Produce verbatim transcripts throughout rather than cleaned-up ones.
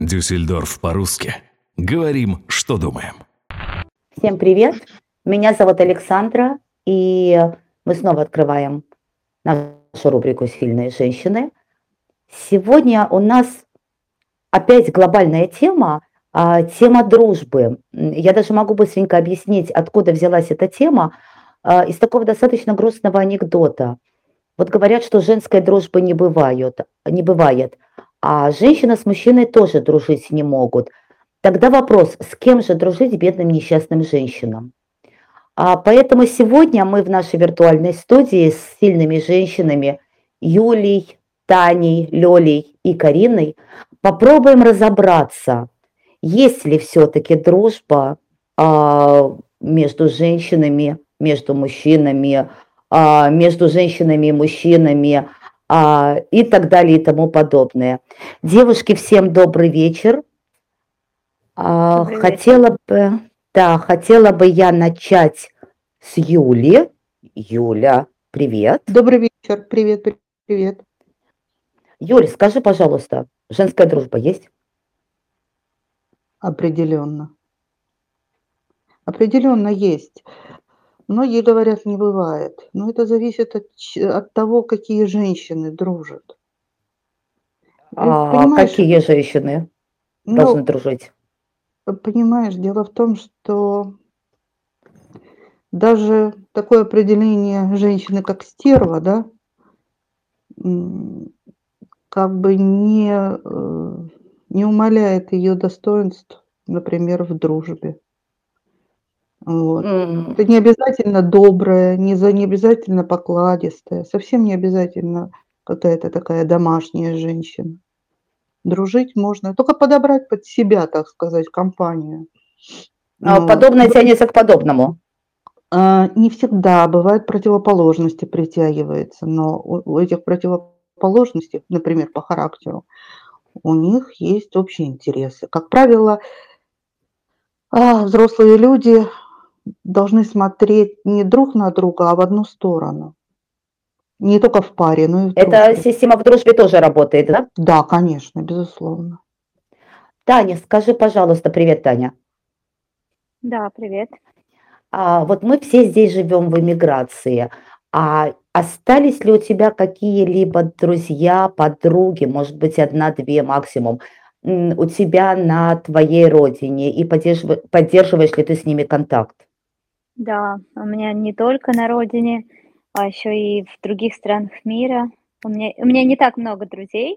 Дюссельдорф по-русски. Говорим, что думаем. Всем привет! Меня зовут Александра, и мы снова открываем нашу рубрику «Сильные женщины». Сегодня у нас опять глобальная тема, а, тема дружбы. М, Я даже могу быстренько объяснить, откуда взялась эта тема, а, из такого достаточно грустного анекдота. Вот говорят, что женской дружбы не бывают, не бывает, а женщина с мужчиной тоже дружить не могут. Тогда вопрос, с кем же дружить бедным несчастным женщинам? А, поэтому сегодня мы в нашей виртуальной студии с сильными женщинами Юлей, Таней, Лёлей и Кариной попробуем разобраться, есть ли все-таки дружба а, между женщинами, между мужчинами, а, между женщинами и мужчинами а, и так далее и тому подобное. Девушки, всем добрый вечер. А, Добрый вечер. хотела бы, да, хотела бы я начать с Юли. Юля, привет. Добрый вечер. Привет, при- привет. Юля, скажи, пожалуйста, женская дружба есть? Определенно. Определенно есть. Многие говорят, не бывает. Но это зависит от, ч- от того, какие женщины дружат. Ведь, А понимаешь, какие женщины должны ну, дружить? понимаешь, дело в том, что даже такое определение женщины, как стерва, да, м, как бы не, э, не умаляет ее достоинств, например, в дружбе. Вот. М, Это не обязательно добрая, не за не обязательно покладистая, совсем не обязательно какая-то такая домашняя женщина. Дружить можно, только подобрать под себя, так сказать, компанию. а Вот. Подобное тянется к подобному. А, не всегда бывает противоположности притягивается, но у у этих противоположностей, например, по характеру, у них есть общие интересы. Как правило, а, взрослые люди должны смотреть не друг на друга, а в одну сторону. Не только в паре, но и в Эта дружбе. система в дружбе тоже работает, да? Да, конечно, безусловно. Таня, скажи, пожалуйста, привет, Таня. Да, привет. А, вот мы все здесь живем в эмиграции. А остались ли у тебя какие-либо друзья, подруги, может быть, одна-две максимум, м, у тебя на твоей родине? И поддержива- поддерживаешь ли ты с ними контакт? Да, у меня не только на родине, а еще и в других странах мира. У меня, у меня не так много друзей,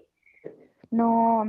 но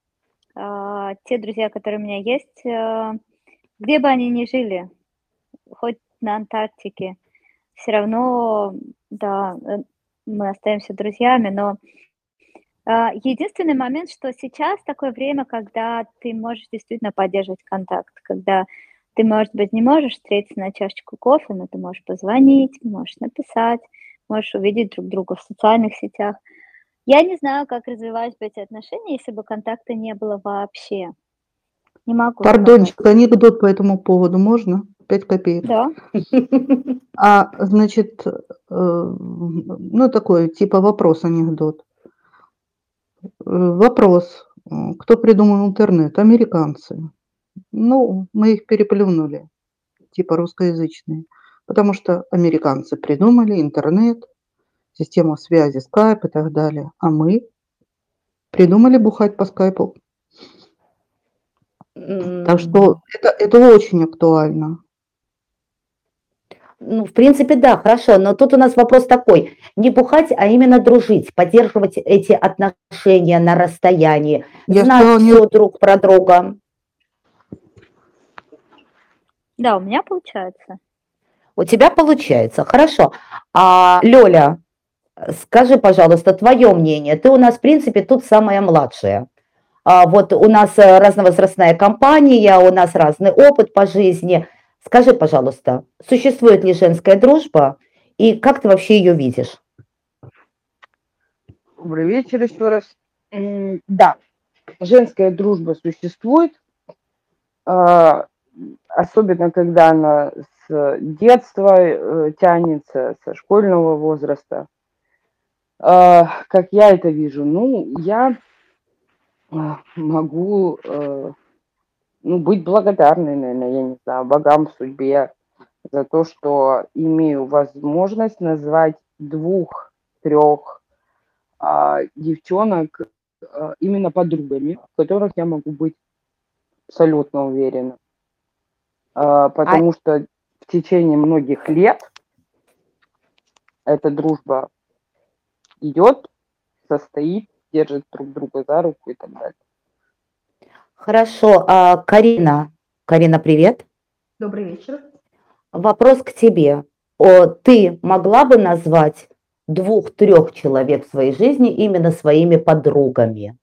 а, те друзья, которые у меня есть, а, где бы они ни жили, хоть на Антарктике, все равно, да, э, мы остаемся друзьями, но а, единственный момент, что сейчас такое время, когда ты можешь действительно поддерживать контакт, когда ты, может быть, не можешь встретиться на чашечку кофе, но ты можешь позвонить, можешь написать, можешь увидеть друг друга в социальных сетях. Я не знаю, как развивались бы эти отношения, если бы контакта не было вообще. Не могу сказать. Пардончик, анекдот по этому поводу можно? пять копеек. Да, А, значит, э, ну, такой типа вопрос-анекдот. Э, Вопрос. м, Кто придумал интернет? Американцы. Ну, мы их переплюнули, типа русскоязычные. Потому что американцы придумали интернет, систему связи, скайп и так далее. А мы придумали бухать по скайпу. Так М, что это, это очень актуально. Ну, в принципе, да, хорошо, но тут у нас вопрос такой, не бухать, а именно дружить, поддерживать эти отношения на расстоянии, Я знать сказала, не все друг про друга. да, у меня получается. У тебя получается, хорошо. А, Лёля, скажи, пожалуйста, твое мнение. Ты у нас, в принципе, тут самая младшая. А, вот у нас э, разновозрастная компания, у нас разный опыт по жизни. Скажи, пожалуйста, существует ли женская дружба и как ты вообще ее видишь? Добрый вечер еще раз. М, Да, женская дружба существует, а, особенно когда она с детства э, тянется, со школьного возраста. А, Как я это вижу? Ну, я а, могу, э, ну, быть благодарной, наверное, я не знаю, богам, судьбе за то, что имею возможность назвать двух-трех а, девчонок а, именно подругами, в которых я могу быть абсолютно уверена. А, А, потому что в течение многих лет эта дружба идет, состоит, держит друг друга за руку и так далее. хорошо, а, Карина, Карина, привет. Добрый вечер. Вопрос к тебе. О, ты могла бы назвать двух-трех человек в своей жизни именно своими подругами?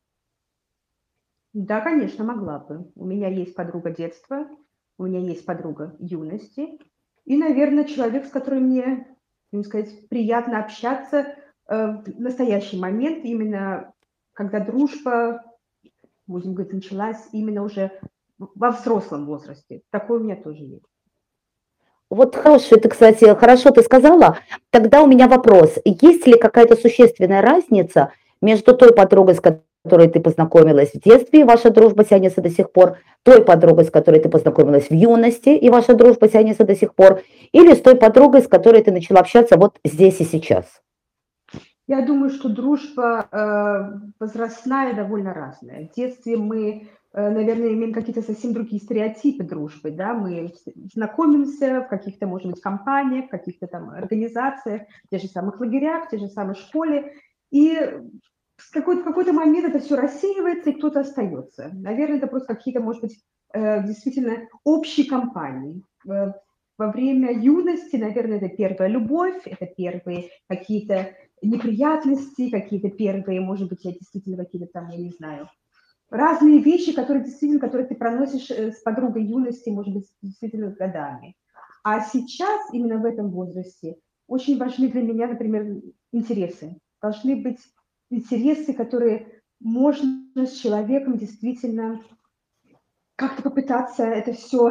Да, конечно, могла бы. У меня есть подруга детства, у меня есть подруга юности, и, наверное, человек, с которым мне, так сказать, приятно общаться э, в настоящий момент, именно когда дружба, будем говорить, началась именно уже во взрослом возрасте. Такое у меня тоже есть. Вот хорошо, ты, кстати, хорошо ты сказала. Тогда у меня вопрос. Есть ли какая-то существенная разница между той подругой, с которой ты познакомилась в детстве, и ваша дружба тянется до сих пор, той подругой, с которой ты познакомилась в юности, и ваша дружба тянется до сих пор, или с той подругой, с которой ты начала общаться вот здесь и сейчас? Я думаю, что дружба э, возрастная довольно разная. В детстве мы, э, наверное, имеем какие-то совсем другие стереотипы дружбы, да, мы знакомимся в каких-то, может быть, компаниях, в каких-то там организациях, в тех же самых лагерях, в той же самой школе, и в какой-то, в какой-то момент это все рассеивается, и кто-то остается. Наверное, это просто какие-то, может быть, э, действительно общие компании. Э, Во время юности, наверное, это первая любовь, это первые какие-то неприятности, какие-то первые, может быть, я действительно какие-то там, я не знаю, разные вещи, которые действительно, которые ты проносишь с подругой юности, может быть, действительно годами. А сейчас, именно в этом возрасте, очень важны для меня, например, интересы. Должны быть интересы, которые можно с человеком действительно как-то попытаться это все,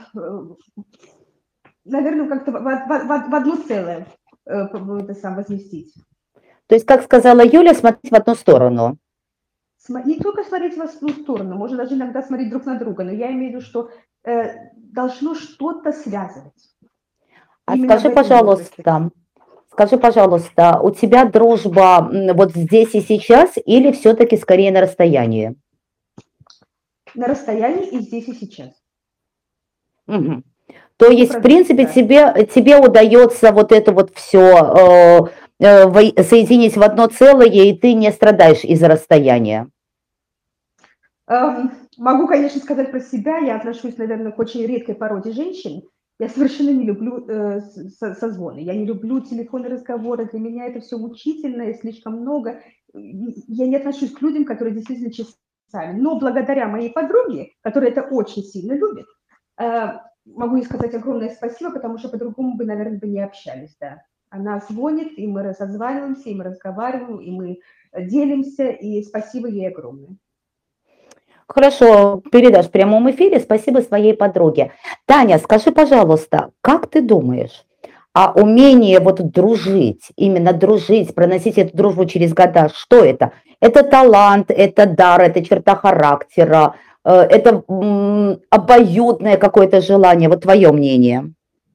наверное, как-то в, в, в одно целое это сам возместить. То есть, как сказала Юля, смотреть в одну сторону. Не только смотреть в одну сторону, можно даже иногда смотреть друг на друга, но я имею в виду, что э, должно что-то связывать. А Именно скажи, пожалуйста, скажи, пожалуйста, у тебя дружба вот здесь и сейчас или все-таки скорее на расстоянии? На расстоянии и здесь и сейчас. Угу. То есть, в принципе, да. тебе, тебе удается вот это вот все э, э, соединить в одно целое, и ты не страдаешь из-за расстояния? Эм, могу, конечно, сказать про себя. Я отношусь, наверное, к очень редкой породе женщин. Я совершенно не люблю э, созвоны. Я не люблю телефонные разговоры. Для меня это все мучительно и слишком много. Я не отношусь к людям, которые действительно часами. Но благодаря моей подруге, которая это очень сильно любит, э, могу ей сказать огромное спасибо, потому что по-другому бы, наверное, бы не общались, да. Она звонит, и мы созваниваемся, и мы разговариваем, и мы делимся, и спасибо ей огромное. Хорошо, передашь в прямом эфире. Спасибо своей подруге. Таня, скажи, пожалуйста, как ты думаешь, а умение вот дружить, именно дружить, проносить эту дружбу через года, что это? Это талант, это дар, это черта характера, это обоюдное какое-то желание, вот твое мнение?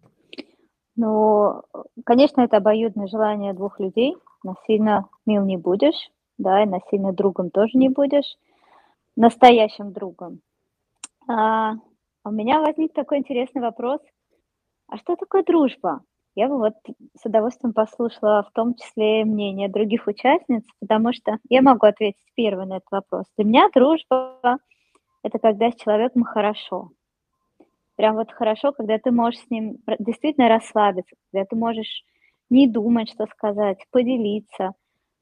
Ну, конечно, это обоюдное желание двух людей. Насильно мил не будешь, да, и насильно другом тоже не будешь, настоящим другом. А, у меня возник такой интересный вопрос. А что такое дружба? Я бы вот с удовольствием послушала в том числе мнение других участниц, потому что я могу ответить первой на этот вопрос. Для меня дружба – это когда с человеком хорошо. Прям вот хорошо, когда ты можешь с ним действительно расслабиться, когда ты можешь не думать, что сказать, поделиться.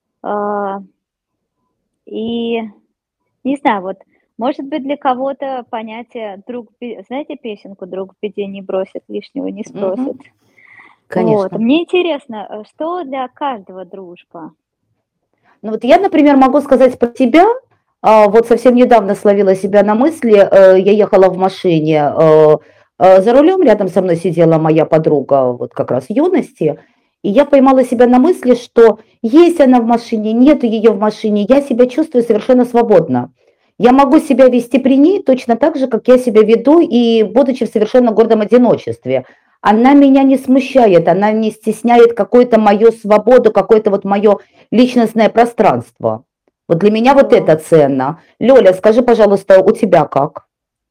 И, не знаю, вот, может быть, для кого-то понятие «друг», знаете песенку «Друг в беде не бросит, лишнего не спросит». Mm-hmm. Конечно. Вот. Мне интересно, что для каждого дружба? Ну вот я, например, могу сказать про себя. Вот совсем недавно словила себя на мысли, я ехала в машине, за рулем рядом со мной сидела моя подруга, вот как раз юности, И я поймала себя на мысли, что есть она в машине, нету ее в машине, я себя чувствую совершенно свободно. Я могу себя вести при ней точно так же, как я себя веду, и будучи в совершенно гордом одиночестве. Она меня не смущает, она не стесняет какую-то мою свободу, какое-то вот мое личностное пространство. Вот для меня вот это ценно. Лёля, скажи, пожалуйста, у тебя как?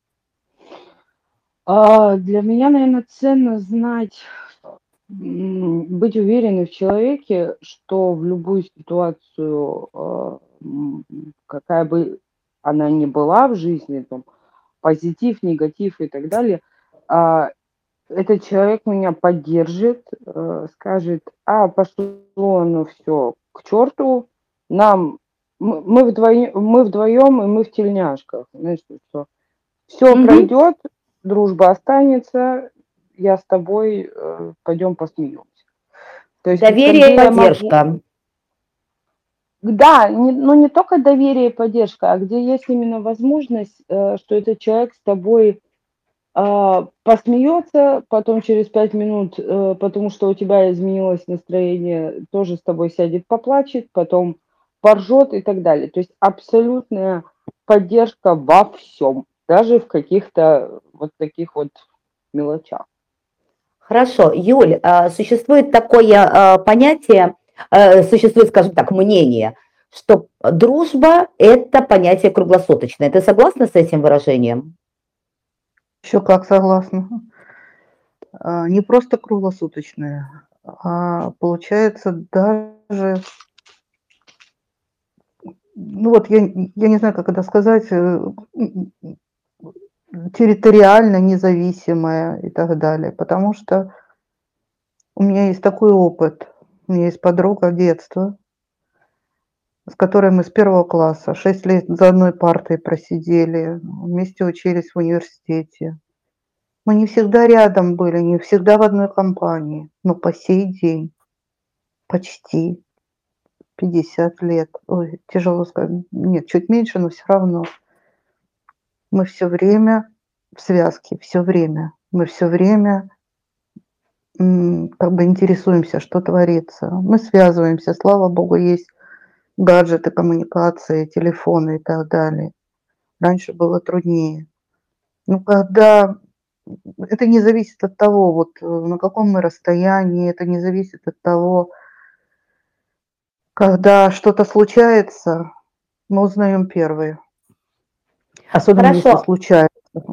А, Для меня, наверное, ценно знать, м, быть уверенной в человеке, что в любую ситуацию, а, м, какая бы она ни была в жизни, там, позитив, негатив и так далее, а, этот человек меня поддержит, э, скажет: а пошло оно все к черту, нам мы, мы вдвоем, мы вдвоем и мы в тельняшках, знаешь, что все Мгм. пройдет, дружба останется, я с тобой, э, пойдем посмеемся. То есть вот Доверие и где я могу, поддержка. да, не, ну не только доверие и поддержка, а где есть именно возможность, э, что этот человек с тобой а, посмеется, потом через пять минут, э, потому что у тебя изменилось настроение, тоже с тобой сядет, поплачет, потом поржет и так далее. То есть абсолютная поддержка во всем, даже в каких-то вот таких вот мелочах. Хорошо, Юль, а, существует такое а, понятие, э, существует, скажем так, мнение, что дружба– это понятие круглосуточное. Ты согласна с этим выражением? Еще как согласна. А, Не просто круглосуточные, а получается даже, ну вот я, я не знаю, как это сказать, э, м, территориально независимая и так далее. Потому что у меня есть такой опыт. У меня есть подруга детства, с которой мы с первого класса шесть лет за одной партой просидели, вместе учились в университете. Мы не всегда рядом были, не всегда в одной компании, но по сей день почти пятьдесят лет. Ой, тяжело сказать. Нет, чуть меньше, но все равно. Мы все время в связке, все время. Мы все время м, как бы интересуемся, что творится. Мы связываемся, слава богу, есть гаджеты, коммуникации, телефоны и так далее. Раньше было труднее. Ну, когда это не зависит от того, вот э, на каком мы расстоянии, это не зависит от того, когда что-то случается, мы узнаем первые, особенно если Хорошо, случается.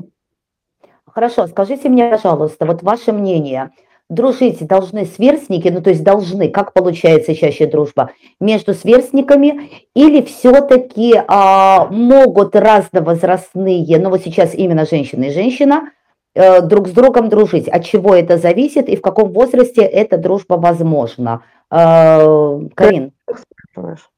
хорошо, скажите мне, пожалуйста, вот ваше мнение. Дружить должны сверстники, ну то есть должны, как получается чаще дружба, между сверстниками или все-таки а, могут разновозрастные, ну вот сейчас именно женщина и женщина, э, друг с другом дружить? От чего это зависит и в каком возрасте эта дружба возможна? Э, Ты Карин. как спрашиваешь?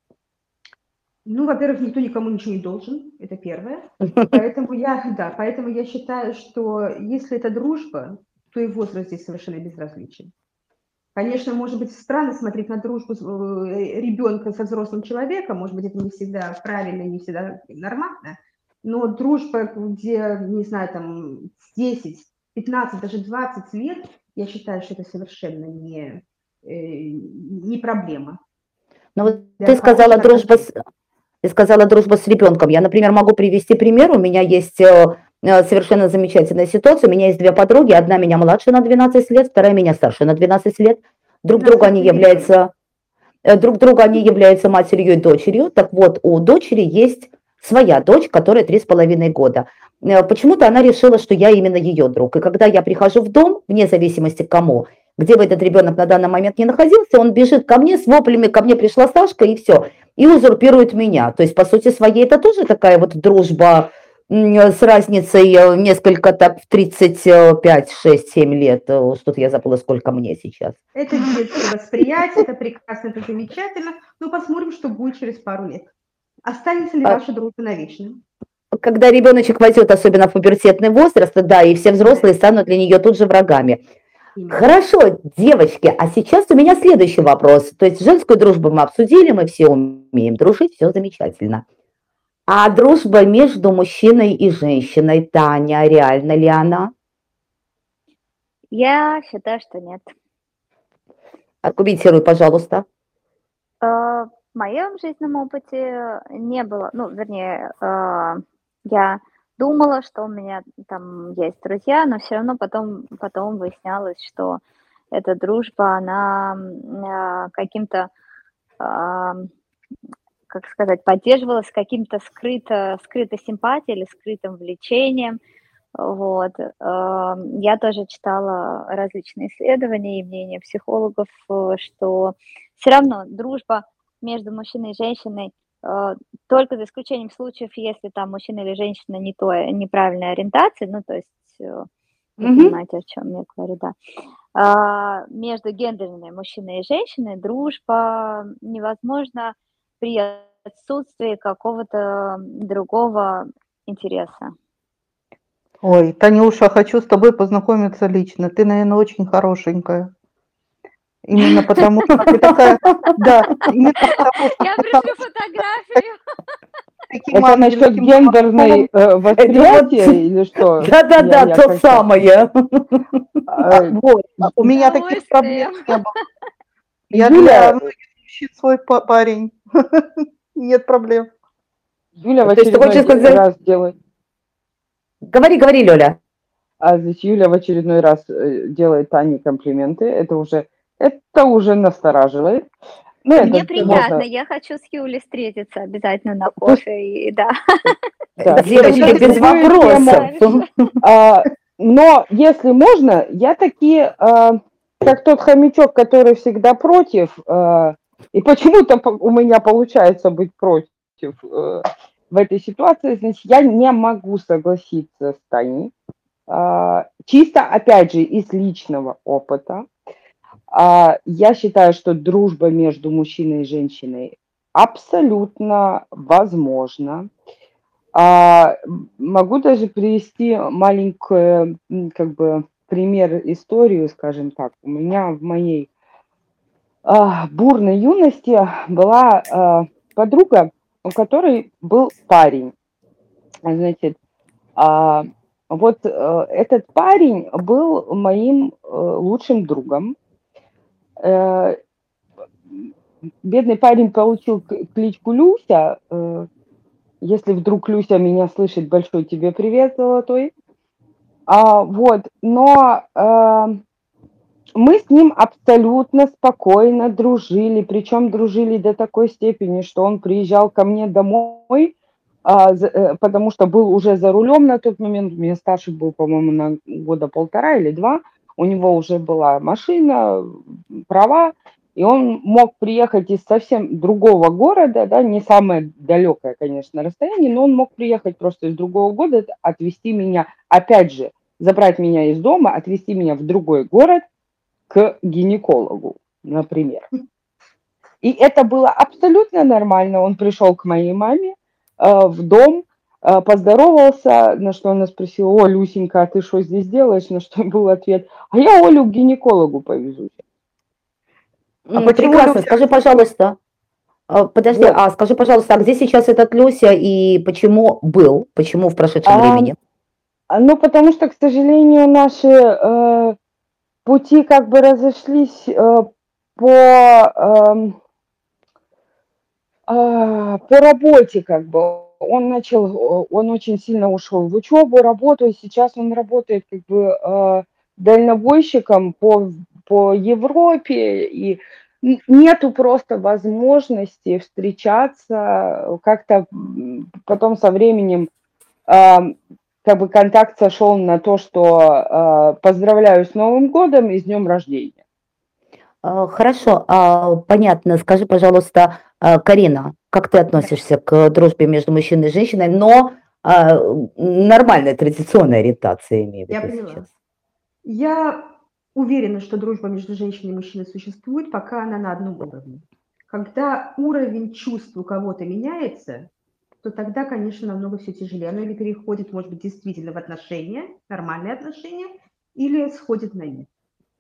Ну, во-первых, никто никому ничего не должен, это первое. Поэтому я, да, поэтому я считаю, что если это дружба, то и возраст здесь совершенно безразличен. Конечно, может быть странно смотреть на дружбу ребенка со взрослым человеком, может быть, это не всегда правильно, не всегда нормально, но дружба, где, не знаю, там десять, пятнадцать, даже двадцать лет, я считаю, что это совершенно не, э, не проблема Ну вот для ты сказала хороших дружба отношений. с, ты сказала дружба с ребенком. Я, например, могу привести пример. У меня есть э, э, совершенно замечательная ситуация. У меня есть две подруги. Одна меня младше на двенадцать лет, вторая меня старше на двенадцать лет. Друг другу они двенадцать лет. являются, э, друг другу они являются матерью и дочерью. Так вот, у дочери есть своя дочь, которая три с половиной года. Э, Почему-то она решила, что я именно ее друг. И когда я прихожу в дом, вне зависимости к кому, где бы этот ребенок на данный момент не находился, он бежит ко мне с воплями, ко мне пришла Сашка, и все, и узурпирует меня. То есть, по сути своей, это тоже такая вот дружба м, с разницей э, несколько так в тридцать пять, шесть, семь лет. Э, Что-то я забыла, сколько мне сейчас. Это детское восприятие, это прекрасно, это замечательно. Но посмотрим, что будет через пару лет. Останется ли А ваша дружба навечно? Когда ребеночек войдет, особенно в пубертетный возраст, да, и все взрослые станут для нее тут же врагами. Именно. Хорошо, девочки, а сейчас у меня следующий вопрос. То есть женскую дружбу мы обсудили, мы все умеем дружить, все замечательно. А дружба между мужчиной и женщиной, Таня, реальна ли она? Я считаю, что нет. Аргументируй, пожалуйста. Э, В моем жизненном опыте не было, ну, вернее, э, я думала, что у меня там есть друзья, но все равно потом, потом выяснялось, что эта дружба, она м, а, каким-то, а, как сказать, поддерживалась каким-то скрыто, скрытой симпатией или скрытым влечением. Вот. э, Я тоже читала различные исследования и мнения психологов, э, что все равно дружба между мужчиной и женщиной, э, только за исключением случаев, если там мужчина или женщина не той, неправильной ориентации, ну, то есть, э, вы Мгм. понимаете, о чем я говорю, да. А, Между гендерами мужчиной и женщиной дружба невозможна при отсутствии какого-то другого интереса. Ой, Танюша, хочу с тобой познакомиться лично. Ты, наверное, очень хорошенькая. Именно потому, что ты такая, да, именно потому, что Я ты пришлю фотографию. таким Это насчет ангельским гендерной голоском. э, восприятия или что? Да-да-да, Я, я то как-то... самое. А, э, вот, а у меня таких С проблем удовольствием. не было. Я Юля, для многих мужчин свой па- парень. Нет проблем. Юля в То есть ты очередной хочешь де- сказать... раз делает, Говори, говори, Лёля. а здесь Юля в очередной раз э, делает Тане комплименты. Это уже, это уже настораживает. Ну, Мне это можно, приятно, я хочу с Юлей встретиться обязательно на пусть, кофе, и да, да, Девочки, тогда без другую тему. вопросов. А, но если можно, я такие, а, как тот хомячок, который всегда против, а, и почему-то по- у меня получается быть против э, в этой ситуации, значит, я не могу согласиться с Таней. А, чисто, опять же, из личного опыта. А, я считаю, что дружба между мужчиной и женщиной абсолютно возможна. А, могу даже привести маленькую, м, как бы, пример, историю, скажем так. У меня в моей а, бурной юности была а, подруга, у которой был парень. А, Значит, а, вот э, этот парень был моим э, лучшим другом. Э, Бедный парень получил к- кличку Люся. Э, Если вдруг Люся меня слышит, большой тебе привет, золотой. А, вот, но э, мы с ним абсолютно спокойно дружили, причем дружили до такой степени, что он приезжал ко мне домой, а, за- э, потому что был уже за рулем на тот момент, у меня старший был, по-моему, на года полтора или два, у него уже была машина, права, и он мог приехать из совсем другого города, да, не самое далекое, конечно, расстояние, но он мог приехать просто из другого города, отвезти меня, опять же, забрать меня из дома, отвезти меня в другой город к гинекологу, например. И это было абсолютно нормально. Он пришел к моей маме э, в дом, э, поздоровался, на что она спросила: о, Люсенька, а ты что здесь делаешь? На что был ответ: а я Олю к гинекологу повезу. А М, почему Прекрасно. Люся? Скажи, пожалуйста, а, подожди, Вот. а скажи, пожалуйста, а где сейчас этот Люся и почему был, почему в прошедшем А, времени? а, ну, потому что, к сожалению, наши э, пути как бы разошлись э, по, эм, а, по работе, как бы. Он начал, о, он очень сильно ушел в учебу, работу, и сейчас он работает как бы э, дальнобойщиком по, по Европе, и н- нету просто возможности встречаться, как-то м, потом со временем а, как бы контакт сошел на то, что а, поздравляю с Новым годом и с днем рождения. А, Хорошо, а, понятно. Скажи, пожалуйста, а, Карина, как ты относишься к дружбе между мужчиной и женщиной, но а, нормальной традиционной ориентации, имею в Я виду поняла. сейчас? Я уверена, что дружба между женщиной и мужчиной существует, пока она на одном уровне. Когда уровень чувств у кого-то меняется, то тогда, конечно, намного все тяжелее. Оно или переходит, может быть, действительно в отношения, нормальные отношения, или сходит на нет.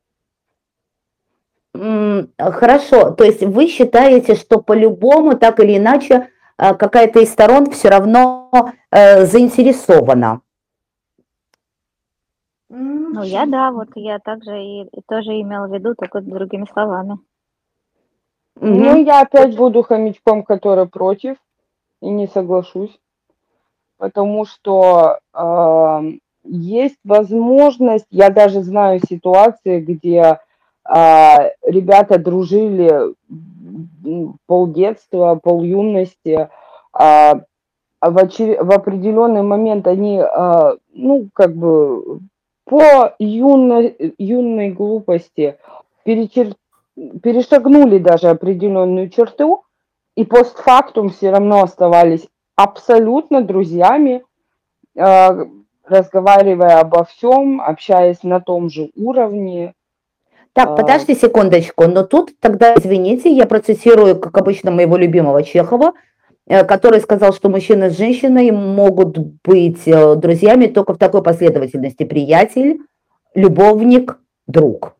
М, а, Хорошо, то есть вы считаете, что по-любому, так или иначе, а, какая-то из сторон все равно э, заинтересована? Ну, Ну, я да, вот я также и, и тоже имела в виду, только другими словами. Ну, Мгм. я опять буду хомячком, который против, и не соглашусь, потому что а, есть возможность, я даже знаю ситуации, где а, ребята дружили м, полдетства, полюности, а, а в, очер- в определенный момент они, а, ну, как бы по юно- юной глупости перечер- перешагнули даже определенную черту, и постфактум все равно оставались абсолютно друзьями, э, разговаривая обо всем, общаясь на том же уровне. Так, Э, подожди секундочку, но тут тогда, извините, я процитирую, как обычно, моего любимого Чехова, э, который сказал, что мужчина с женщиной могут быть э, друзьями только в такой последовательности: приятель, любовник, друг.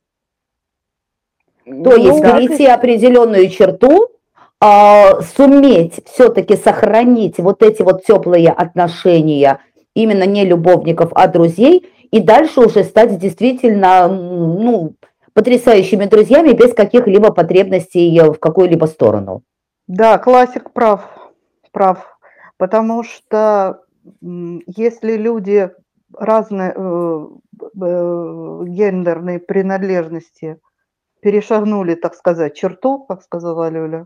То есть ну, в этой перейти определенную черту, а, суметь все-таки сохранить вот эти вот теплые отношения именно не любовников, а друзей, и дальше уже стать действительно, м, ну, потрясающими друзьями без каких-либо потребностей в какую-либо сторону. Да, классик прав, прав. Потому что м, если люди разной э, э, гендерной принадлежности перешагнули, так сказать, черту, как сказала Лёля,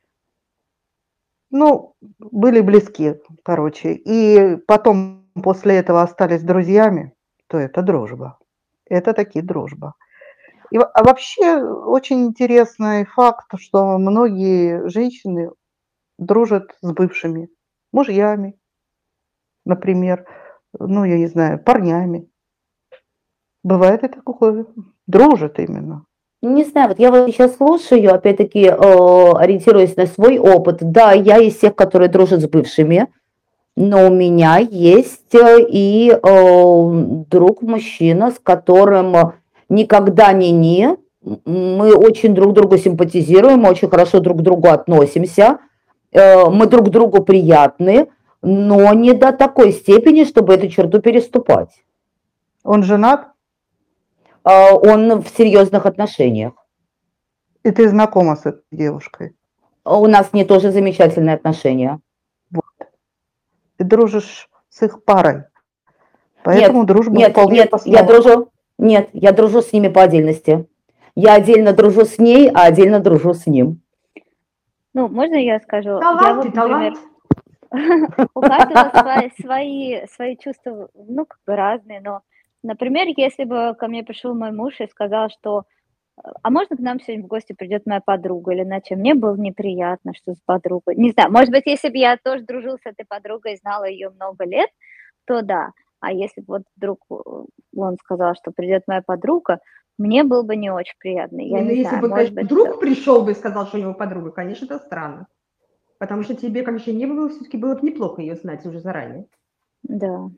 ну, были близки, короче, и потом после этого остались друзьями, то это дружба. Это таки дружба. И, во- а вообще очень интересный факт, что многие женщины дружат с бывшими мужьями, например, ну, я не знаю, парнями. Бывает и такое. Дружат именно. Не знаю, вот я вот сейчас слушаю, опять-таки, э, ориентируясь на свой опыт. Да, я из тех, которые дружат с бывшими, но у меня есть э, и э, друг-мужчина, с которым никогда не не. Мы очень друг другу симпатизируем, мы очень хорошо друг к другу относимся, э, мы друг другу приятны, но не до такой степени, чтобы эту черту переступать. Он женат, Э, Он в серьезных отношениях. и ты знакома с этой девушкой. У нас не тоже замечательные отношения. Вот. Ты дружишь с их парой. Нет, Поэтому дружба нет, вполне нет, я обоснована. дружу, нет, я дружу с ними по отдельности. Я отдельно дружу с ней, а отдельно дружу с ним. Ну, можно я скажу? Я Талант вот, и например, талант. у каждого свои, свои, свои чувства, ну, как бы разные, но, например, если бы ко мне пришел мой муж и сказал, что а можно к нам сегодня в гости придет моя подруга или иначе, мне было неприятно, что с подругой. Не знаю, может быть, если бы я тоже дружила с этой подругой и знала ее много лет, то да. А если бы вот вдруг он сказал, что придет моя подруга, мне было бы не очень приятно. Я Не, ну не если знаю, бы, может конечно, быть, друг пришел бы и сказал, что у него подруга, конечно, это странно. Потому что тебе, как еще не было, все-таки было бы неплохо ее знать уже заранее. да.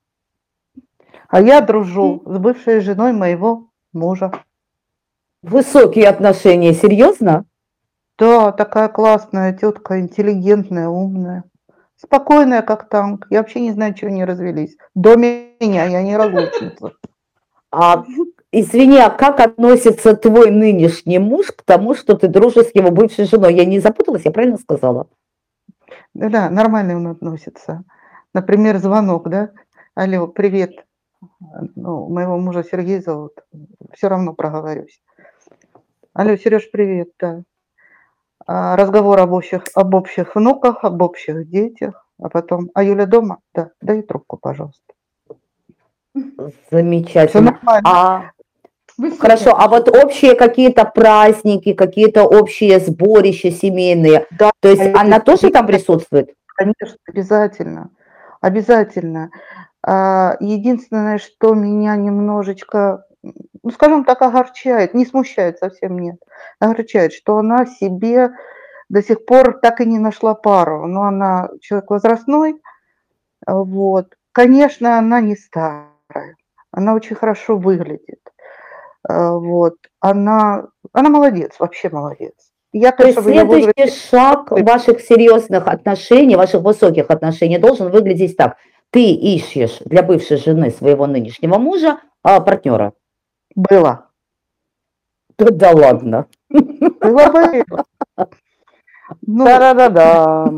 А я дружу с бывшей женой моего мужа. Высокие отношения, серьезно? Да, такая классная тетка, интеллигентная, умная. Спокойная, как танк. Я вообще не знаю, чего они развелись. До меня, я не разлучница. А, извини, а как относится твой нынешний муж к тому, что ты дружишь с его бывшей женой? Я не запуталась, я правильно сказала? Да, нормально он относится. Например, звонок, да? Алло, привет. Ну, моего мужа Сергей зовут. Все равно проговорюсь. Алло, Сереж, привет, да. А, разговор об общих, об общих внуках, об общих детях. А потом, а Юля дома? Да, дай трубку, пожалуйста. Все Замечательно. нормально. А, Высокие хорошо, а вот отношения. общие какие-то праздники, какие-то общие сборища семейные, Да, то есть она эти тоже там события, присутствует? конечно, обязательно. Обязательно. А, единственное, что меня немножечко, ну, скажем так, огорчает, не смущает, совсем нет, огорчает, что она себе до сих пор так и не нашла пару. Но она человек возрастной, а, вот. Конечно, она не старая, она очень хорошо выглядит, а, вот. Она, она молодец, вообще молодец. Я, То есть конечно, в ее следующий возрасте... шаг ваших серьезных отношений, ваших высоких отношений должен выглядеть так. Ты ищешь для бывшей жены своего нынешнего мужа А, партнера. Было. Да ладно. Было, было. Ну, Та-да-да-да.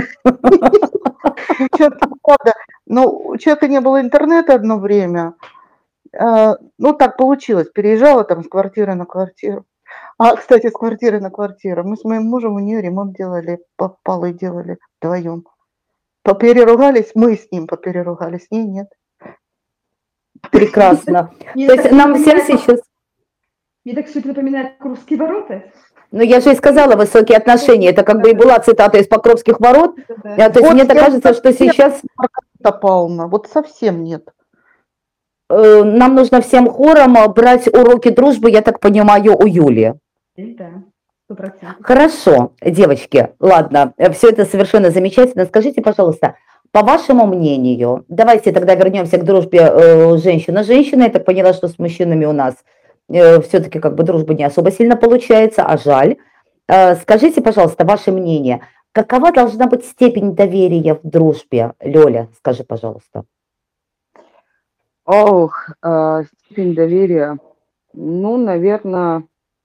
ну, чё-то, правда, ну, у человека не было интернета одно время. А, ну, так получилось. Переезжала там с квартиры на квартиру. А, кстати, с квартиры на квартиру. Мы с моим мужем у нее ремонт делали, по- полы делали вдвоем. Попереругались, мы с ним попереругались, с ней нет. Прекрасно. Мне То так есть нам всем напоминает- сейчас... Мне так все это напоминает русские ворота. Ну, я же и сказала, высокие отношения. Это как бы и была цитата из Покровских ворот. Да. А, То есть Вот мне так я кажется, что совсем- сейчас Маргарита Павловна, вот совсем нет. э, нам нужно всем хором э, брать уроки дружбы, я так понимаю, у Юли. Да, сто процентов. Хорошо, девочки, ладно, все это совершенно замечательно. Скажите, пожалуйста, по вашему мнению, давайте тогда вернемся к дружбе э, женщина-женщина. Я так поняла, что с мужчинами у нас э, все-таки как бы дружба не особо сильно получается, а жаль. Э, скажите, пожалуйста, ваше мнение, какова должна быть степень доверия в дружбе? Лёля, скажи, пожалуйста. Ох, а, степень доверия. Ну, наверное,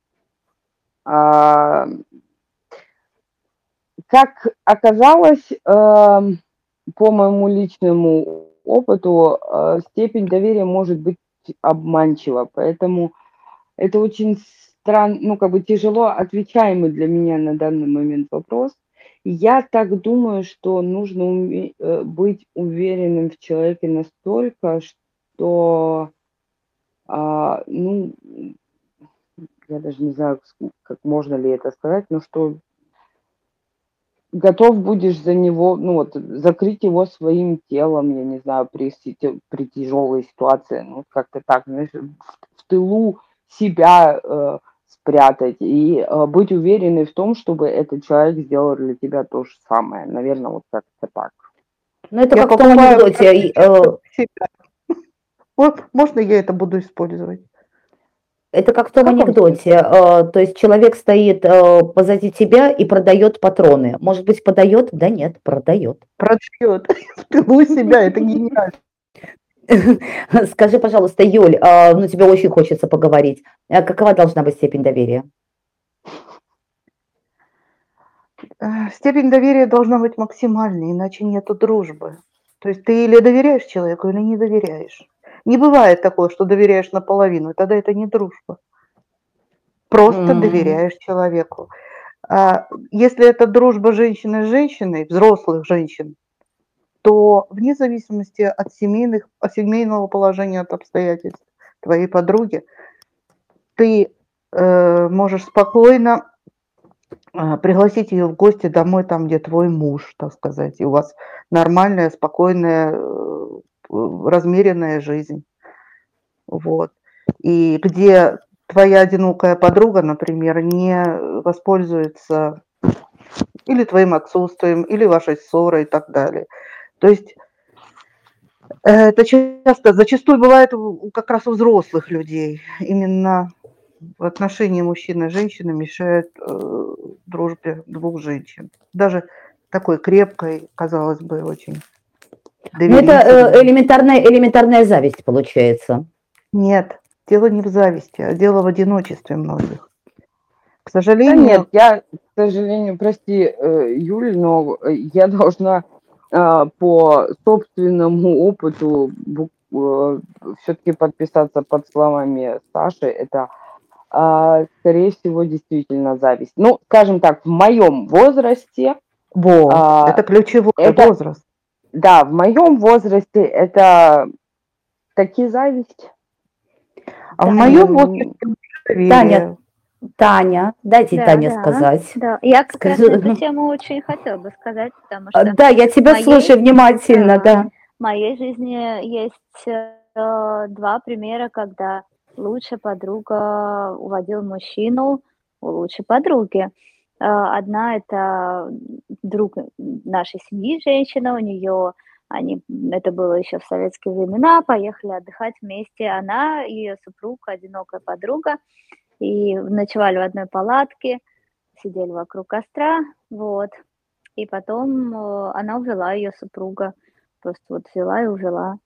как оказалось, ам, по моему личному опыту, а, степень доверия может быть обманчива, поэтому это очень стран ну, как бы тяжело отвечаемый для меня на данный момент вопрос. Я так думаю, что нужно уме э, быть уверенным в человеке настолько, что, а, ну, я даже не знаю, ск как можно ли это сказать, но что готов будешь за него, ну вот, закрыть его своим телом, я не знаю, при сите при тяжелой ситуации, ну, как-то так, знаешь, в в тылу себя, э, спрятать и, э, быть уверенной в том, чтобы этот человек сделал для тебя то же самое. Наверно, вот как-то так. Ну, это Я как в том покупаю анекдоте. и, э, себя. Вот, можно я это буду использовать? Это как в том В каком анекдоте, э, то есть человек стоит э, позади тебя и продает патроны. Может быть, подает? Да нет, продает. Продает в тылу себя, это гениально. Скажи, пожалуйста, Юль, а, ну тебе очень хочется поговорить. А Какова должна быть степень доверия? Э, Степень доверия должна быть максимальной, иначе нету дружбы. То есть ты или доверяешь человеку, или не доверяешь. Не бывает такого, что доверяешь наполовину, тогда это не дружба. Просто М, доверяешь человеку. А если это дружба женщины с женщиной, взрослых женщин, то вне зависимости от семейных, от семейного положения, от обстоятельств твоей подруги, ты э, можешь спокойно а, пригласить ее в гости домой, там, где твой муж, так сказать, и у вас нормальная, спокойная, э, размеренная жизнь. Вот. И где твоя одинокая подруга, например, не воспользуется или твоим отсутствием, или вашей ссорой и так далее. То есть э, это часто, зачастую бывает у- как раз у взрослых людей. Именно в отношении мужчины и женщины мешает э, дружбе двух женщин. Даже такой крепкой, казалось бы, очень Ну, это э, доверительной. элементарная, элементарная зависть получается. Нет, дело не в зависти, а дело в одиночестве многих. К Да сожалению, нет, я, к сожалению, прости, э, Юль, но э, я должна а, по собственному опыту все-таки подписаться под словами Саши. Это, а, скорее всего, действительно зависть. Ну, скажем так, в моем возрасте, во, а, это ключевой это, возраст. да, в моем возрасте это таки зависть. А в Таня, моем М, возрасте Таня, доверие. Таня, дайте Да, Тане да, сказать. да. Я как раз на Скажи, эту тему очень хотела бы сказать, потому а, что да, я в тебя моей, слушаю внимательно, да, да. в моей жизни есть э, два примера, когда лучшая подруга уводила мужчину у лучшей подруги. Э, Одна это друг нашей семьи, женщина, у нее они, это было еще в советские времена, поехали отдыхать вместе, она и ее супруг, одинокая подруга, и ночевали в одной палатке, сидели вокруг костра, вот. И потом э, она увела ее супруга, просто вот взяла и увела.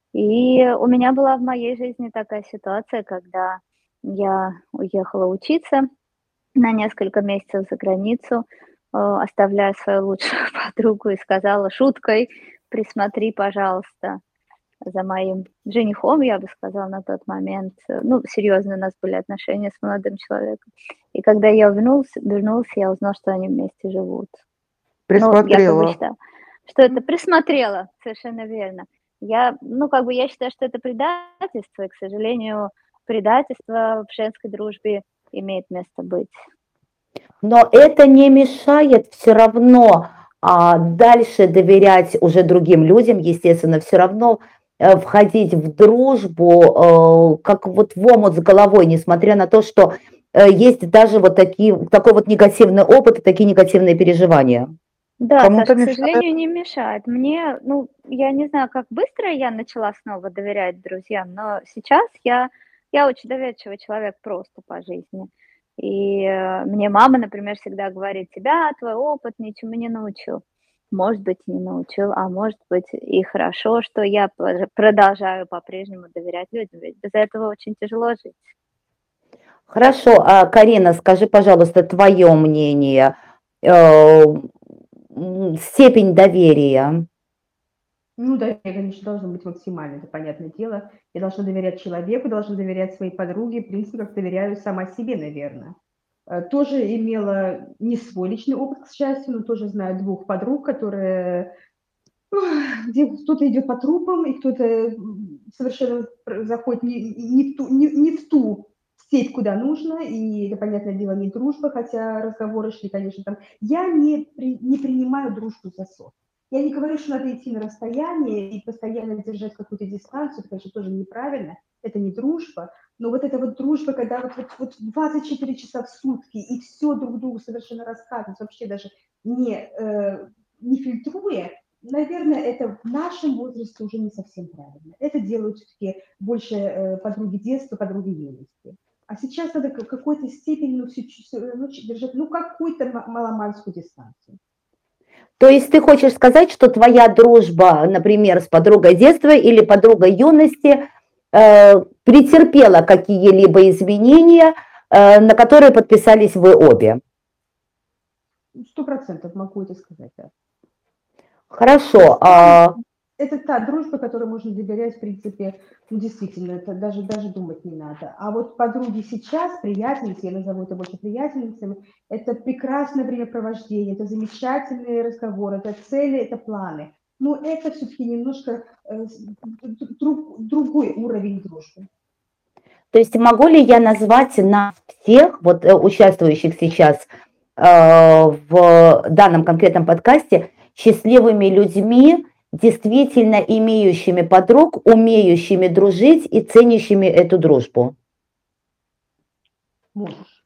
И у меня была в моей жизни такая ситуация, когда я уехала учиться на несколько месяцев за границу, э, оставляя свою лучшую подругу, и сказала шуткой: "Присмотри, пожалуйста, за моим женихом", я бы сказала на тот момент. Э, ну, серьезные у нас были отношения с молодым человеком. И когда я вернулась вернулась, я узнала, что они вместе живут. Ну, я как бы Присмотрела. считаю, что это присмотрела, совершенно верно. Я, ну, как бы я считаю, что это предательство, и, к сожалению, предательство в женской дружбе имеет место быть. Но это не мешает все равно а, дальше доверять уже другим людям, естественно, все равно э, входить в дружбу, э, как вот в омут с головой, несмотря на то, что э, есть даже вот такие, такой вот негативный опыт и такие негативные переживания. Да, Саш, Кому-то к мешает. сожалению, не мешает. Мне, ну, я не знаю, как быстро я начала снова доверять друзьям, но сейчас я, я очень доверчивый человек просто по жизни. И э, мне мама, например, всегда говорит: тебя твой опыт ничему не научил. Может быть, не научил, а может быть и хорошо, что я пр- продолжаю по-прежнему доверять людям, ведь без этого очень тяжело жить. Хорошо, а, Карина, скажи, пожалуйста, твое мнение, э, м, степень доверия. Ну, доверие, конечно, должно быть максимально, это понятное дело. Я должна доверять человеку, должна доверять своей подруге, в принципе, как доверяю сама себе, наверное. Э, Тоже имела не свой личный опыт, к счастью, но тоже знаю двух подруг, которые, ох, где кто-то идет по трупам, и кто-то м, совершенно пр- заходит не, не в ту, не, не в ту сеть, куда нужно, и это, понятное дело, не дружба, хотя разговоры шли, конечно, там. Я не, при- не принимаю дружбу за ссор. Я не говорю, что надо идти на расстояние и постоянно держать какую-то дистанцию, это, конечно, тоже неправильно, это не дружба, но вот эта вот дружба, когда вот, вот, вот двадцать четыре часа в сутки и все друг другу совершенно рассказывать, вообще даже не, э, не фильтруя, наверное, это в нашем возрасте уже не совсем правильно. Это делают все-таки больше э, подруги детства, подруги юности. А сейчас надо к какой-то степени ну, все, ну, держать ну, какую-то маломальскую дистанцию. То есть ты хочешь сказать, что твоя дружба, например, с подругой детства или подругой юности э, претерпела какие-либо изменения, э, на которые подписались вы обе? Сто процентов могу это сказать, да. Хорошо. А, Это та дружба, которой можно доверять, в принципе, ну, действительно, это даже, даже думать не надо. А вот подруги сейчас, приятельницы, я назову это больше приятельницами, это прекрасное времяпровождение, это замечательные разговоры, это цели, это планы. Но это все-таки немножко э, друг, другой уровень дружбы. то есть могу ли я назвать нас всех, вот э, участвующих сейчас э, в данном конкретном подкасте, счастливыми людьми, действительно имеющими подруг, умеющими дружить и ценящими эту дружбу? Можешь.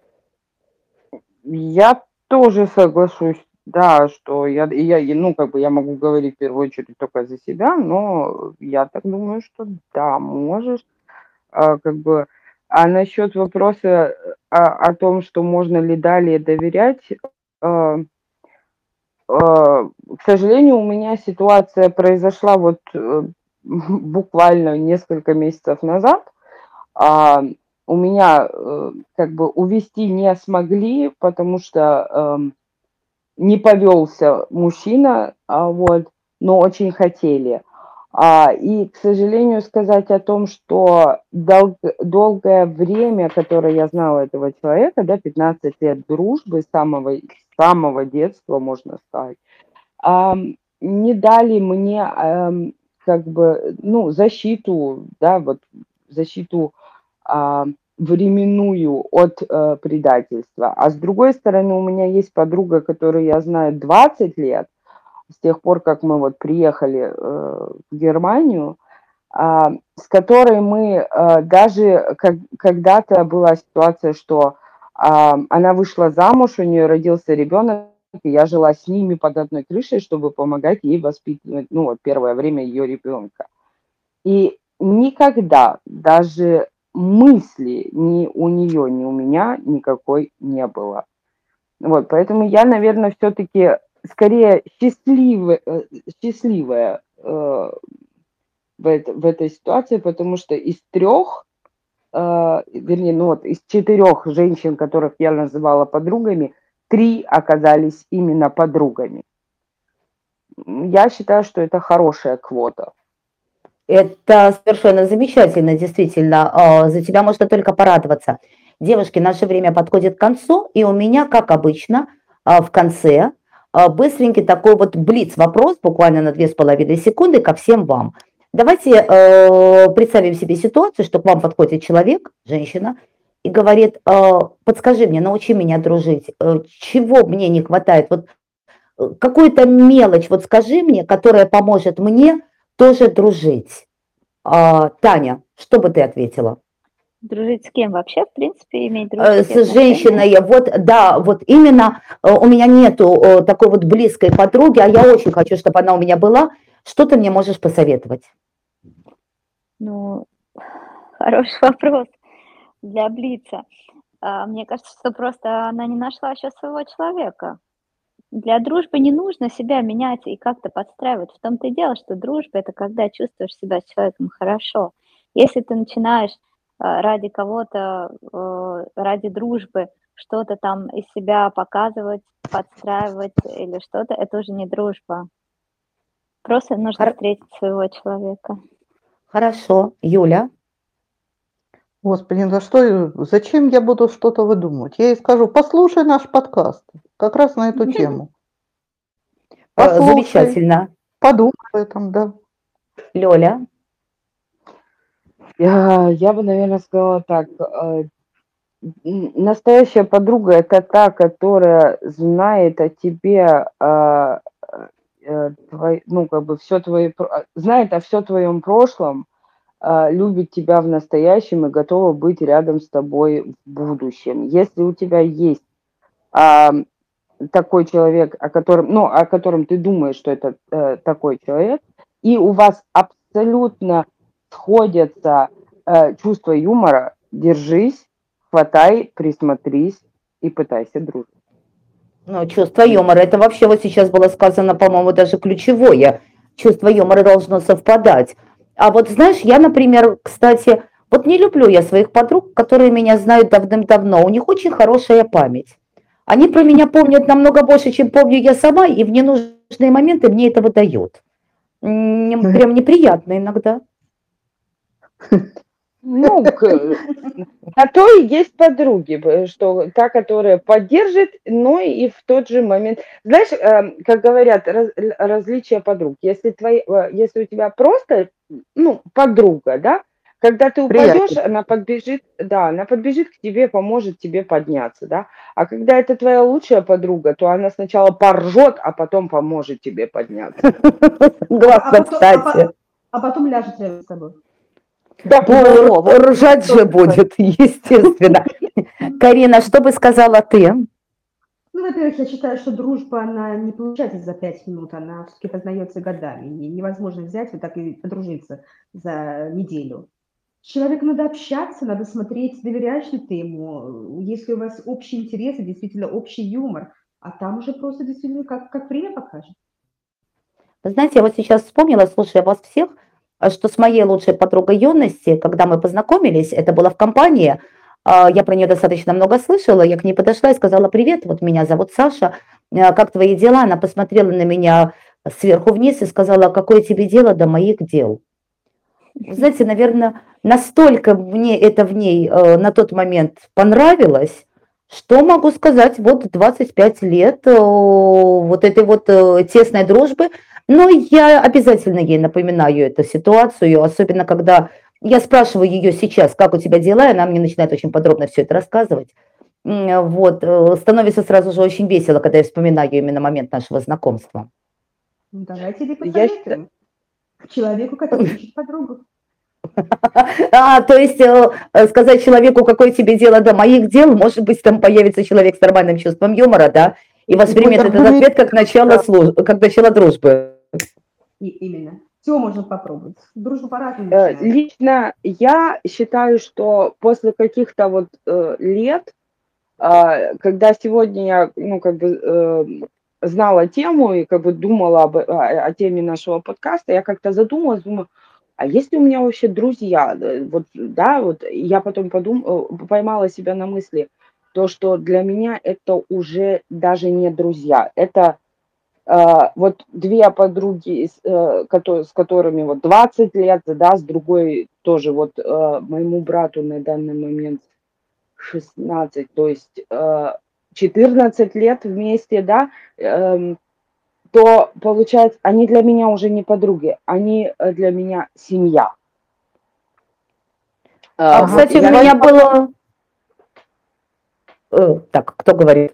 Я тоже соглашусь, да, что я, я, я, ну, как бы я могу говорить в первую очередь только за себя, но я так думаю, что да, можешь, а, как бы, а насчет вопроса э, о, о том, что можно ли далее доверять, а, а, к сожалению, у меня ситуация произошла вот э, буквально несколько месяцев назад. А, у меня э, как бы увести не смогли, потому что эм, не повелся мужчина, а, вот, но очень хотели. А, и, к сожалению, сказать о том, что дол- долгое время, которое я знала этого человека, да, пятнадцать лет дружбы с самого, с самого детства, можно сказать, ам, не дали мне ам, как бы, ну, защиту, да, вот защиту а, временную от э, предательства. А с другой стороны, у меня есть подруга, которую я знаю двадцать лет, с тех пор, как мы вот приехали э, в Германию, а, с которой мы э, даже как, когда-то была ситуация, что а, она вышла замуж, у нее родился ребенок, и я жила с ними под одной крышей, чтобы помогать ей воспитывать, ну, вот первое время ее ребенка. И никогда даже мысли ни у нее, ни у меня никакой не было. Вот, поэтому я, наверное, все-таки скорее счастливая, счастливая э, в, эт- в этой ситуации, потому что из трех, э, вернее, ну вот из четырех женщин, которых я называла подругами, три оказались именно подругами. М, Я считаю, что это хорошая квота. Это совершенно замечательно, действительно. А, За тебя можно только порадоваться. Девушки, наше время подходит к концу, и у меня, как обычно, а, в конце а, быстренький такой вот блиц-вопрос, буквально на две с половиной секунды ко всем вам. Давайте э, представим себе ситуацию, что к вам подходит человек, женщина, и говорит, э, подскажи мне, научи меня дружить, э, чего мне не хватает, вот э, какую-то мелочь, вот скажи мне, которая поможет мне тоже дружить. А, Таня, что бы ты ответила? Дружить с кем вообще, в принципе, иметь Э, дружеские С отношения? женщиной, вот, да, вот именно э, у меня нету э, такой вот близкой подруги, а я очень хочу, чтобы она у меня была. Что ты мне можешь посоветовать? Ну, хороший вопрос для Блица. А, Мне кажется, что просто она не нашла еще своего человека. Для дружбы не нужно себя менять и как-то подстраивать. В том-то и дело, что дружба – это когда чувствуешь себя с человеком хорошо. Если ты начинаешь а, ради кого-то, э, ради дружбы что-то там из себя показывать, подстраивать или что-то, это уже не дружба. Просто нужно Хор- встретить своего человека. Хорошо, Юля. Господи, за что, я- зачем я буду что-то выдумывать? Я ей скажу, послушай наш подкаст, как раз на эту тему. Э, Послушай, Замечательно. подумай об этом, да. Лёля. Я, я бы, наверное, сказала так. э, н- Настоящая подруга – это та, которая знает о тебе, а, э, твой- ну, как бы все твои, про- а, знает о все твоем прошлом, а, любит тебя в настоящем и готова быть рядом с тобой в будущем. Если у тебя есть а, такой человек, о котором, ну, о котором ты думаешь, что это э, такой человек, и у вас абсолютно сходятся э, чувства юмора, держись, хватай, присмотрись и пытайся дружить. Ну, чувство юмора, это вообще вот сейчас было сказано, по-моему, даже ключевое. Чувство юмора должно совпадать. А вот знаешь, я, например, кстати, вот не люблю я своих подруг, которые меня знают давным-давно. У них очень хорошая память. Они про меня помнят намного больше, чем помню я сама, и в ненужные моменты мне это выдают. М, Прям неприятно иногда. Ну, к- на то и есть подруги, б- что та, которая поддержит, но и в тот же момент. Знаешь, эм, как говорят, раз- л- различия подруг. Если, твои, э, если у тебя просто, ну, подруга, да, когда ты упадешь, Приятель. она подбежит, да, она подбежит к тебе, поможет тебе подняться, да. А когда это твоя лучшая подруга, то она сначала поржет, а потом поможет тебе подняться. А, Согласна, потом, а, кстати. по- а потом ляжет рядом с тобой. Да, Ну, во, вот ржать же что- будет, естественно. Карина, что бы сказала ты? Ну, во-первых, я считаю, что дружба, она не получается за пять минут, она все-таки познается годами. И невозможно взять вот так и подружиться за неделю. С человеком надо общаться, надо смотреть, доверяешь ли ты ему, если у вас общие интересы, действительно общий юмор, а там уже просто действительно как, как время покажет. Вы знаете, я вот сейчас вспомнила, слушая вас всех, а, что с моей лучшей подругой юности, когда мы познакомились, это было в компании, а, я про нее достаточно много слышала, я к ней подошла и сказала: привет, вот меня зовут Саша, а, как твои дела? Она посмотрела на меня сверху вниз и сказала: какое тебе дело до моих дел? Вы знаете, наверное, настолько мне это в ней э, на тот момент понравилось, что могу сказать, вот двадцать пять лет э, вот этой вот э, тесной дружбы, но я обязательно ей напоминаю эту ситуацию, особенно когда я спрашиваю ее сейчас, как у тебя дела, и она мне начинает очень подробно все это рассказывать. М, Вот, э, становится сразу же очень весело, когда я вспоминаю именно момент нашего знакомства. Ну, давайте тебе Я считаю, посоветуем. Человеку, который ищет подругу. А, то есть э, э, сказать человеку, какое тебе дело до моих дел, может быть, там появится человек с нормальным чувством юмора, да, и воспримет будет этот ответ как начало, да. служ... как начало дружбы. И именно. Все можно попробовать. Дружба по-разному Э, начинается. лично я считаю, что после каких-то вот э, лет, а, когда сегодня я, ну, как бы э, знала тему и как бы думала об, о, о теме нашего подкаста, я как-то задумалась, думаю, а есть ли у меня вообще друзья? Э, Вот, да, вот я потом подум... э, поймала себя на мысли, то, что для меня это уже даже не друзья, это а, вот две подруги, с, э, кото- с которыми вот двадцать лет, да, с другой тоже вот э, моему брату на данный момент шестнадцать, то есть э, четырнадцать лет вместе, да, эм, то получается, они для меня уже не подруги, они э, для меня семья. А, А, Ага. вот кстати, у я, меня было... э, Так, кто говорит?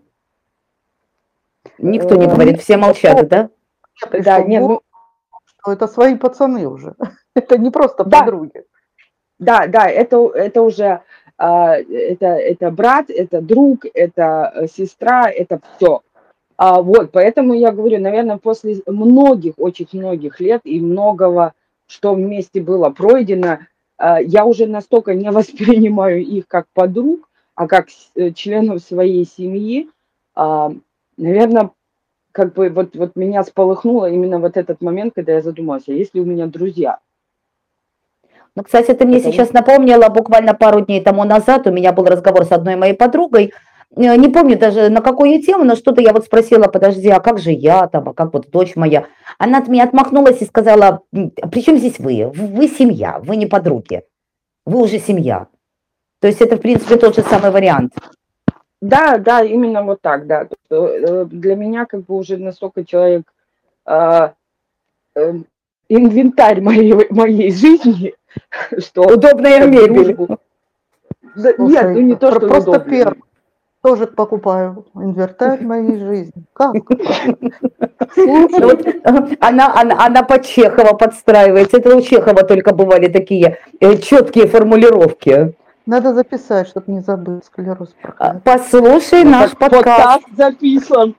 Никто не э, говорит, все молчат, да? Мне да, пришло в нет, голову, ну, что это свои пацаны уже. Это не просто да, подруги. да, да, это, это уже, а, это, это брат, это друг, это э, сестра, это все. А, вот, поэтому я говорю, наверное, после многих, очень многих лет и многого, что вместе было пройдено, а, я уже настолько не воспринимаю их как подруг, а как с- э, членов своей семьи. А, наверное, как бы вот, вот меня сполыхнуло именно вот этот момент, когда я задумалась, а есть ли у меня друзья? Ну, кстати, ты мне Потому сейчас что, напомнила, буквально пару дней тому назад у меня был разговор с одной моей подругой. Э, Не помню даже на какую тему, но что-то я вот спросила, подожди, а как же я там, а как вот дочь моя? Она от меня отмахнулась и сказала, «М, а при чем здесь вы? В- Вы семья, вы не подруги, вы уже семья. То есть это, в принципе, тот же самый вариант. да, да, именно вот так, да. То, что, э, для меня как бы уже настолько человек, а, эм, инвентарь моей, моей жизни, что Удобная как мебель. дружбу. Да, нет, Слушай, ну не то, пр- что просто первый удобно. тоже покупаю. Инвентарь моей жизни. Как? Ну Слушай, вот, э, она, она, она под Чехова подстраивается. Это у Чехова только бывали такие четкие формулировки. надо записать, чтобы не забыть склероз А, проклятый. Послушай Вот наш так подкаст. подкаст записан.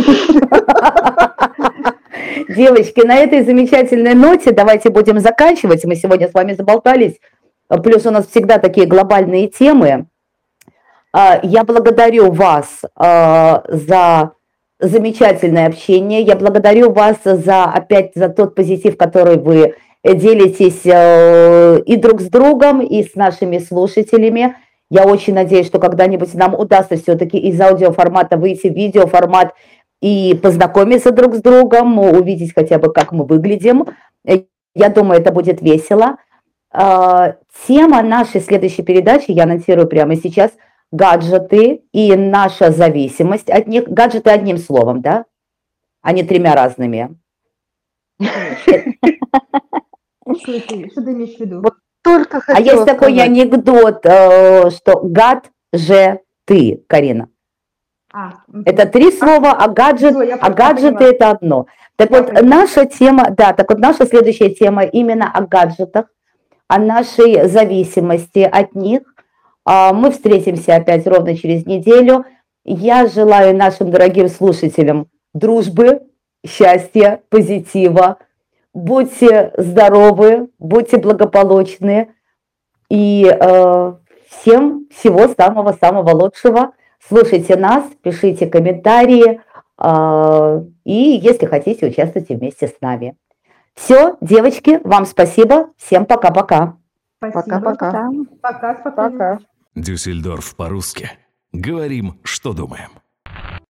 Девочки, на этой замечательной ноте давайте будем заканчивать. Мы сегодня с вами заболтались. А, Плюс у нас всегда такие глобальные темы. А, Я благодарю вас а, за замечательное общение. Я благодарю вас за опять за тот позитив, который вы делитесь э, и друг с другом, и с нашими слушателями. Я очень надеюсь, что когда-нибудь нам удастся все-таки из аудиоформата выйти в видеоформат и познакомиться друг с другом, увидеть хотя бы, как мы выглядим. Э, Я думаю, это будет весело. А, Тема нашей следующей передачи, я анонсирую прямо сейчас, гаджеты и наша зависимость от них. Гаджеты одним словом, да? А не тремя разными. Что ты, что ты имеешь в виду? Вот только А хотела есть такой сказать. анекдот, э, что гад же ты, Карина. А, мгм. Это три слова, а гаджет, Всё, я а пон- я гаджеты поняла. это одно. Так Я вот, поняла. наша тема, да, так вот наша следующая тема именно о гаджетах, о нашей зависимости от них. А, Мы встретимся опять ровно через неделю. Я желаю нашим дорогим слушателям дружбы, счастья, позитива. Будьте здоровы, будьте благополучны. И э, всем всего самого-самого лучшего. Слушайте нас, пишите комментарии. э, и если хотите, участвуйте вместе с нами. Все, девочки, вам спасибо. Всем пока-пока. Спасибо. Пока-пока. Пока. Пока, спокойно. Пока. Дюссельдорф по-русски. Говорим, что думаем.